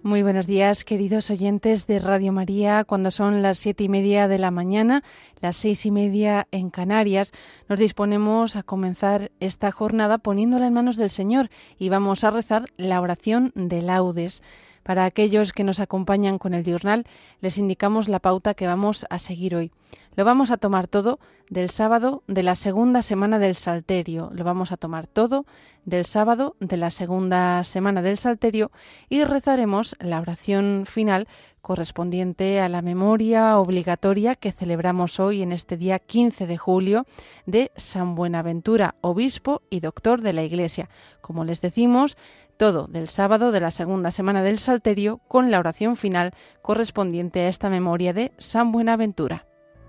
Muy buenos días, queridos oyentes de Radio María. Cuando son las 7:30 de la mañana, las 6:30 en Canarias, nos disponemos a comenzar esta jornada poniéndola en manos del Señor y vamos a rezar la oración de laudes. Para aquellos que nos acompañan con el diurnal, les indicamos la pauta que vamos a seguir hoy. Lo vamos a tomar todo del sábado de la segunda semana del Salterio. Lo vamos a tomar todo del sábado de la segunda semana del Salterio y rezaremos la oración final correspondiente a la memoria obligatoria que celebramos hoy en este día 15 de julio de San Buenaventura, obispo y doctor de la Iglesia. Como les decimos, todo del sábado de la segunda semana del Salterio con la oración final correspondiente a esta memoria de San Buenaventura.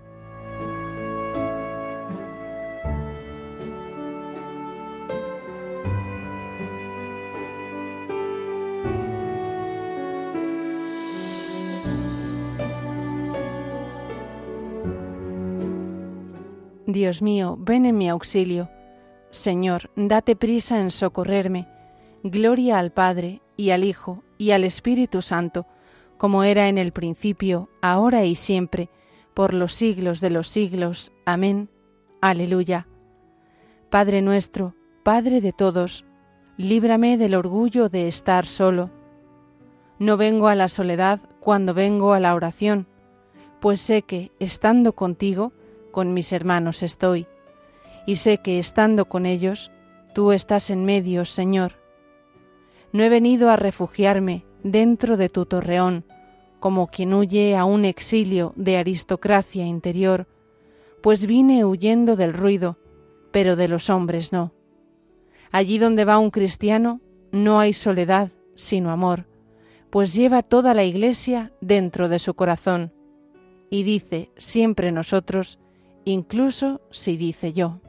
Dios mío, ven en mi auxilio. Señor, date prisa en socorrerme. Gloria al Padre, y al Hijo, y al Espíritu Santo, como era en el principio, ahora y siempre, por los siglos de los siglos. Amén. Aleluya. Padre nuestro, Padre de todos, líbrame del orgullo de estar solo. No vengo a la soledad cuando vengo a la oración, pues sé que, estando contigo, con mis hermanos estoy, y sé que, estando con ellos, tú estás en medio, Señor. No he venido a refugiarme dentro de tu torreón, como quien huye a un exilio de aristocracia interior, pues vine huyendo del ruido, pero de los hombres no. Allí donde va un cristiano no hay soledad, sino amor, pues lleva toda la Iglesia dentro de su corazón, y dice siempre nosotros, incluso si dice yo.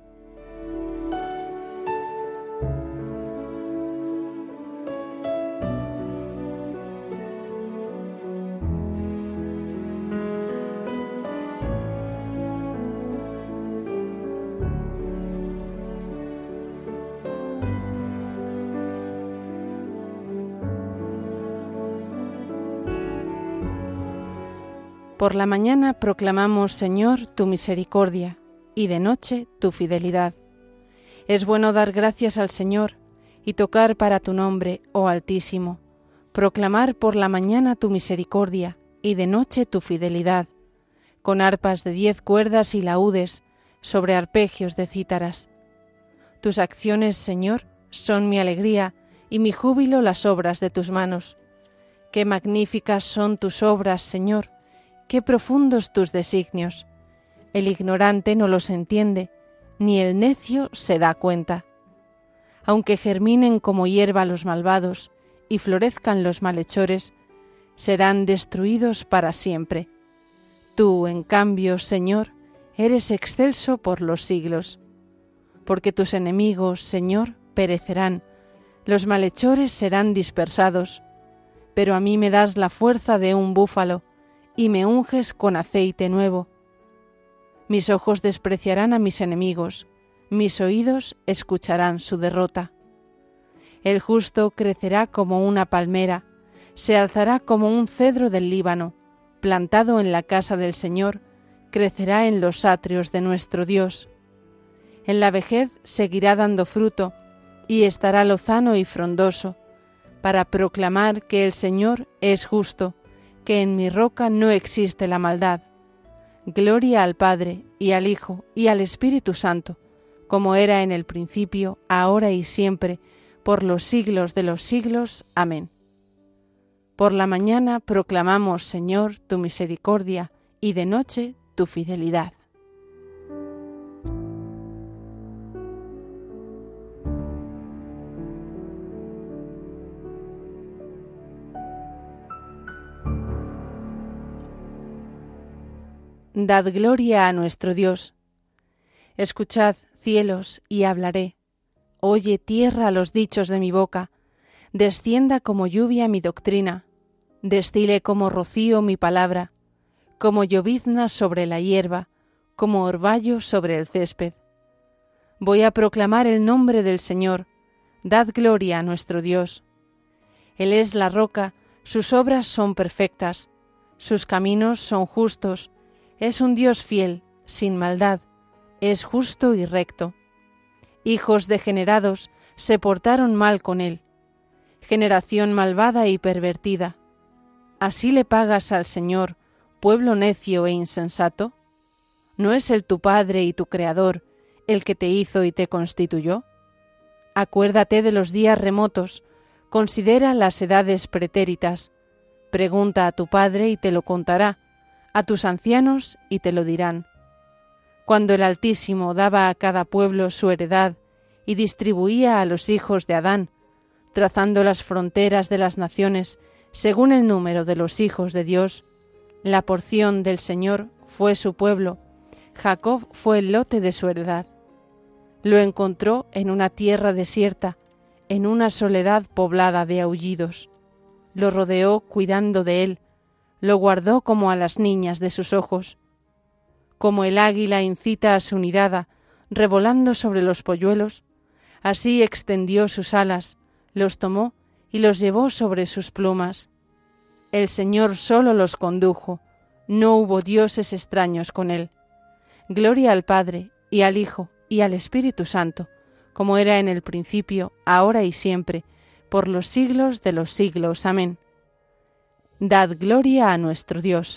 Por la mañana proclamamos, Señor, tu misericordia, y de noche tu fidelidad. Es bueno dar gracias al Señor y tocar para tu nombre, oh Altísimo, proclamar por la mañana tu misericordia y de noche tu fidelidad, con arpas de 10 cuerdas y laúdes, sobre arpegios de cítaras. Tus acciones, Señor, son mi alegría y mi júbilo las obras de tus manos. Qué magníficas son tus obras, Señor, qué profundos tus designios. El ignorante no los entiende, ni el necio se da cuenta. Aunque germinen como hierba los malvados y florezcan los malhechores, serán destruidos para siempre. Tú, en cambio, Señor, eres excelso por los siglos. Porque tus enemigos, Señor, perecerán, los malhechores serán dispersados. Pero a mí me das la fuerza de un búfalo, y me unges con aceite nuevo. Mis ojos despreciarán a mis enemigos, mis oídos escucharán su derrota. El justo crecerá como una palmera, se alzará como un cedro del Líbano, plantado en la casa del Señor, crecerá en los atrios de nuestro Dios. En la vejez seguirá dando fruto, y estará lozano y frondoso, para proclamar que el Señor es justo, que en mi roca no existe la maldad. Gloria al Padre, y al Hijo, y al Espíritu Santo, como era en el principio, ahora y siempre, por los siglos de los siglos. Amén. Por la mañana proclamamos, Señor, tu misericordia, y de noche tu fidelidad. Dad gloria a nuestro Dios. Escuchad, cielos, y hablaré. Oye, tierra, los dichos de mi boca. Descienda como lluvia mi doctrina. Destile como rocío mi palabra. Como llovizna sobre la hierba, como orvallo sobre el césped. Voy a proclamar el nombre del Señor. Dad gloria a nuestro Dios. Él es la roca Sus obras son perfectas, sus caminos son justos. Es un Dios fiel, sin maldad, es justo y recto. Hijos degenerados se portaron mal con él. Generación malvada y pervertida. ¿Así le pagas al Señor, pueblo necio e insensato? ¿No es Él tu Padre y tu Creador, el que te hizo y te constituyó? Acuérdate de los días remotos, considera las edades pretéritas. Pregunta a tu Padre y te lo contará, a tus ancianos y te lo dirán. Cuando el Altísimo daba a cada pueblo su heredad y distribuía a los hijos de Adán, trazando las fronteras de las naciones según el número de los hijos de Dios, la porción del Señor fue su pueblo, Jacob fue el lote de su heredad. Lo encontró en una tierra desierta, en una soledad poblada de aullidos. Lo rodeó cuidando de él, lo guardó como a las niñas de sus ojos. Como el águila incita a su nidada, revolando sobre los polluelos, así extendió sus alas, los tomó y los llevó sobre sus plumas. El Señor solo los condujo, no hubo dioses extraños con él. Gloria al Padre, y al Hijo, y al Espíritu Santo, como era en el principio, ahora y siempre, por los siglos de los siglos. Amén. Dad gloria a nuestro Dios.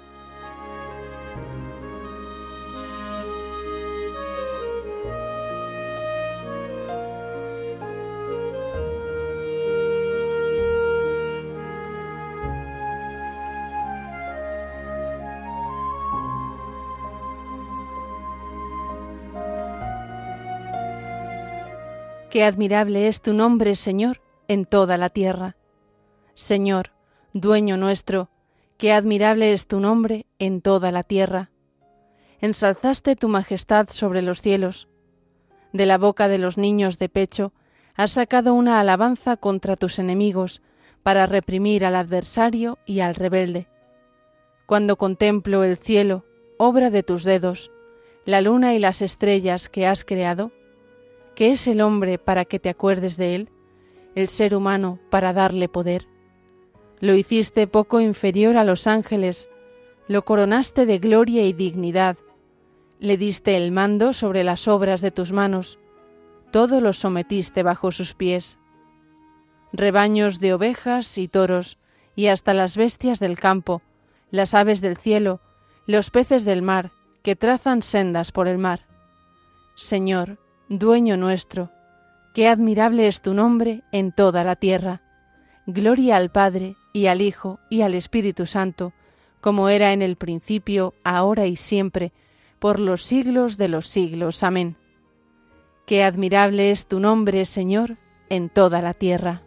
Qué admirable es tu nombre, Señor, en toda la tierra. Señor, dueño nuestro, qué admirable es tu nombre en toda la tierra. Ensalzaste tu majestad sobre los cielos. De la boca de los niños de pecho has sacado una alabanza contra tus enemigos para reprimir al adversario y al rebelde. Cuando contemplo el cielo, obra de tus dedos, la luna y las estrellas que has creado, ¿qué es el hombre para que te acuerdes de él? El ser humano para darle poder. Lo hiciste poco inferior a los ángeles, lo coronaste de gloria y dignidad, le diste el mando sobre las obras de tus manos, todo lo sometiste bajo sus pies. Rebaños de ovejas y toros, y hasta las bestias del campo, las aves del cielo, los peces del mar, que trazan sendas por el mar. Señor, dueño nuestro, qué admirable es tu nombre en toda la tierra. Gloria al Padre, y al Hijo, y al Espíritu Santo, como era en el principio, ahora y siempre, por los siglos de los siglos. Amén. Qué admirable es tu nombre, Señor, en toda la tierra.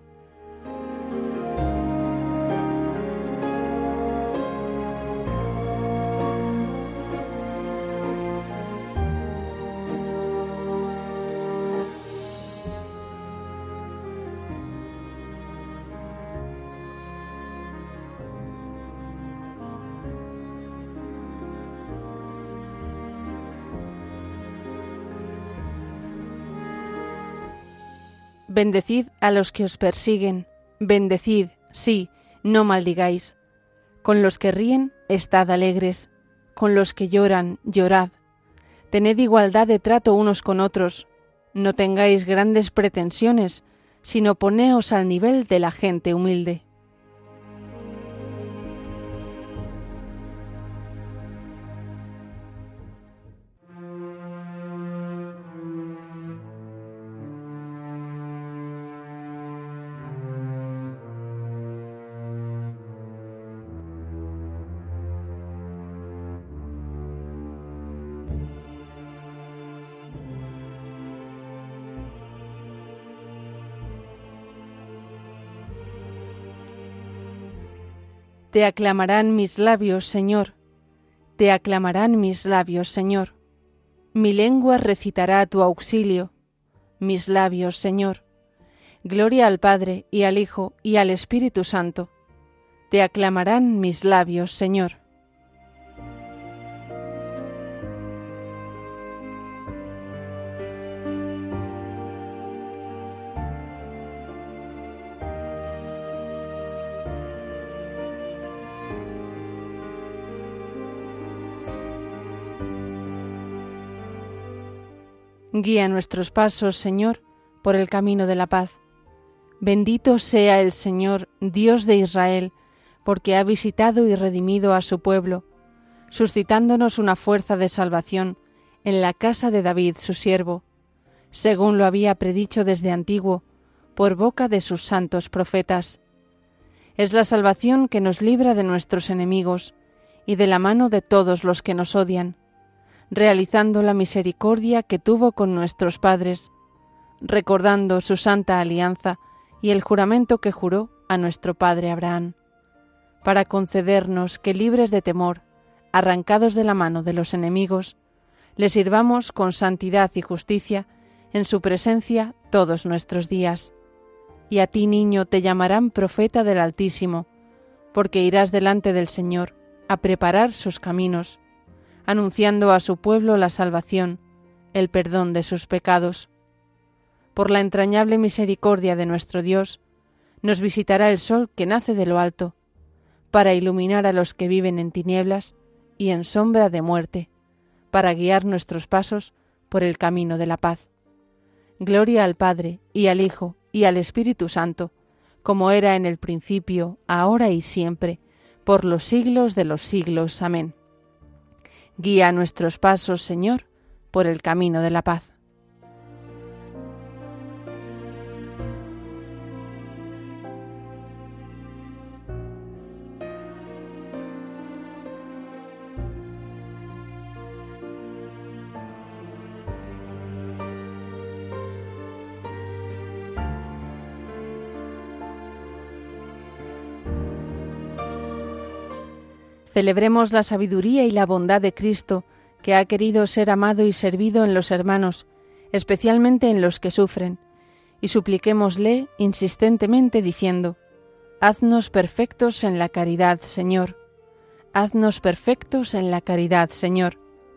Bendecid a los que os persiguen, bendecid, sí, no maldigáis. Con los que ríen, estad alegres, con los que lloran, llorad. Tened igualdad de trato unos con otros, no tengáis grandes pretensiones, sino poneos al nivel de la gente humilde. Te aclamarán mis labios, Señor, te aclamarán mis labios, Señor. Mi lengua recitará tu auxilio, mis labios, Señor. Gloria al Padre, y al Hijo, y al Espíritu Santo. Te aclamarán mis labios, Señor. Guía nuestros pasos, Señor, por el camino de la paz. Bendito sea el Señor, Dios de Israel, porque ha visitado y redimido a su pueblo, suscitándonos una fuerza de salvación en la casa de David, su siervo, según lo había predicho desde antiguo, por boca de sus santos profetas. Es la salvación que nos libra de nuestros enemigos y de la mano de todos los que nos odian, realizando la misericordia que tuvo con nuestros padres, recordando su santa alianza y el juramento que juró a nuestro padre Abraham, para concedernos que, libres de temor, arrancados de la mano de los enemigos, le sirvamos con santidad y justicia en su presencia todos nuestros días. Y a ti, niño, te llamarán profeta del Altísimo, porque irás delante del Señor a preparar sus caminos, anunciando a su pueblo la salvación, el perdón de sus pecados. Por la entrañable misericordia de nuestro Dios, nos visitará el sol que nace de lo alto, para iluminar a los que viven en tinieblas y en sombra de muerte, para guiar nuestros pasos por el camino de la paz. Gloria al Padre, y al Hijo, y al Espíritu Santo, como era en el principio, ahora y siempre, por los siglos de los siglos. Amén. Guía nuestros pasos, Señor, por el camino de la paz. Celebremos la sabiduría y la bondad de Cristo, que ha querido ser amado y servido en los hermanos, especialmente en los que sufren, y supliquémosle insistentemente diciendo: haznos perfectos en la caridad, Señor. Haznos perfectos en la caridad, Señor.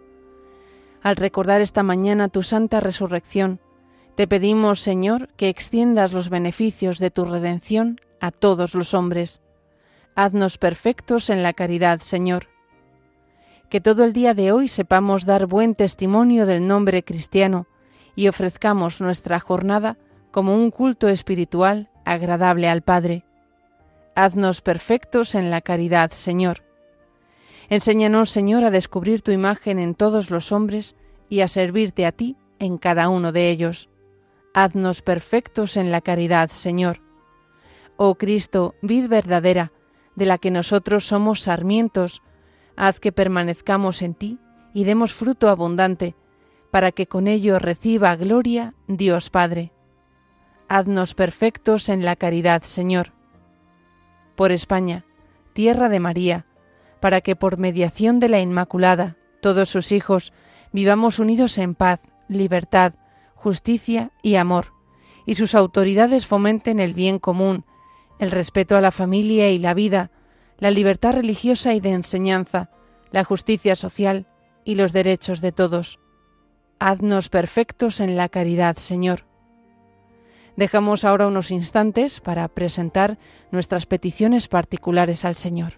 Al recordar esta mañana tu santa resurrección, te pedimos, Señor, que extiendas los beneficios de tu redención a todos los hombres. Haznos perfectos en la caridad, Señor. Que todo el día de hoy sepamos dar buen testimonio del nombre cristiano y ofrezcamos nuestra jornada como un culto espiritual agradable al Padre. Haznos perfectos en la caridad, Señor. Enséñanos, Señor, a descubrir tu imagen en todos los hombres y a servirte a ti en cada uno de ellos. Haznos perfectos en la caridad, Señor. Oh Cristo, vid verdadera, de la que nosotros somos sarmientos, haz que permanezcamos en ti y demos fruto abundante, para que con ello reciba gloria Dios Padre. Haznos perfectos en la caridad, Señor. Por España, tierra de María, para que por mediación de la Inmaculada, todos sus hijos, vivamos unidos en paz, libertad, justicia y amor, y sus autoridades fomenten el bien común, el respeto a la familia y la vida, la libertad religiosa y de enseñanza, la justicia social y los derechos de todos. Haznos perfectos en la caridad, Señor. Dejamos ahora unos instantes para presentar nuestras peticiones particulares al Señor.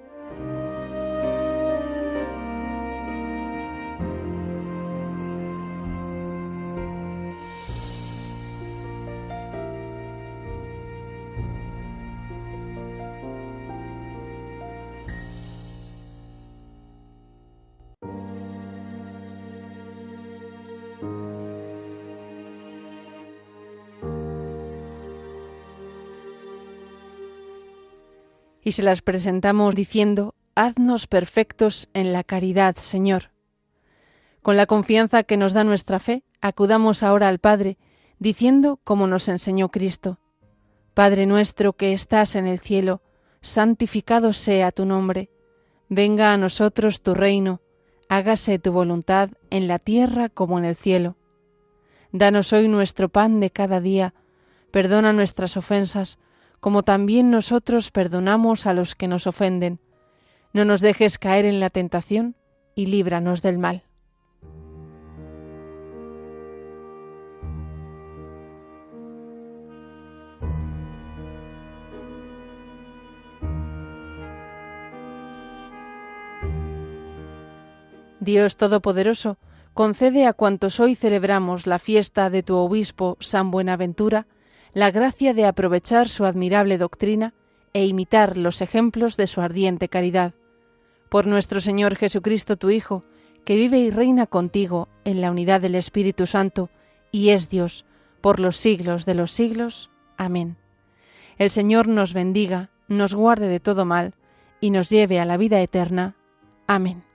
Y se las presentamos diciendo: haznos perfectos en la caridad, Señor. Con la confianza que nos da nuestra fe, acudamos ahora al Padre, diciendo como nos enseñó Cristo: Padre nuestro que estás en el cielo, santificado sea tu nombre. Venga a nosotros tu reino, hágase tu voluntad en la tierra como en el cielo. Danos hoy nuestro pan de cada día, perdona nuestras ofensas, como también nosotros perdonamos a los que nos ofenden. No nos dejes caer en la tentación y líbranos del mal. Dios Todopoderoso, Concede a cuantos hoy celebramos la fiesta de tu obispo San Buenaventura la gracia de aprovechar su admirable doctrina e imitar los ejemplos de su ardiente caridad. Por nuestro Señor Jesucristo, tu Hijo, que vive y reina contigo en la unidad del Espíritu Santo y es Dios por los siglos de los siglos. Amén. El Señor nos bendiga, nos guarde de todo mal y nos lleve a la vida eterna. Amén.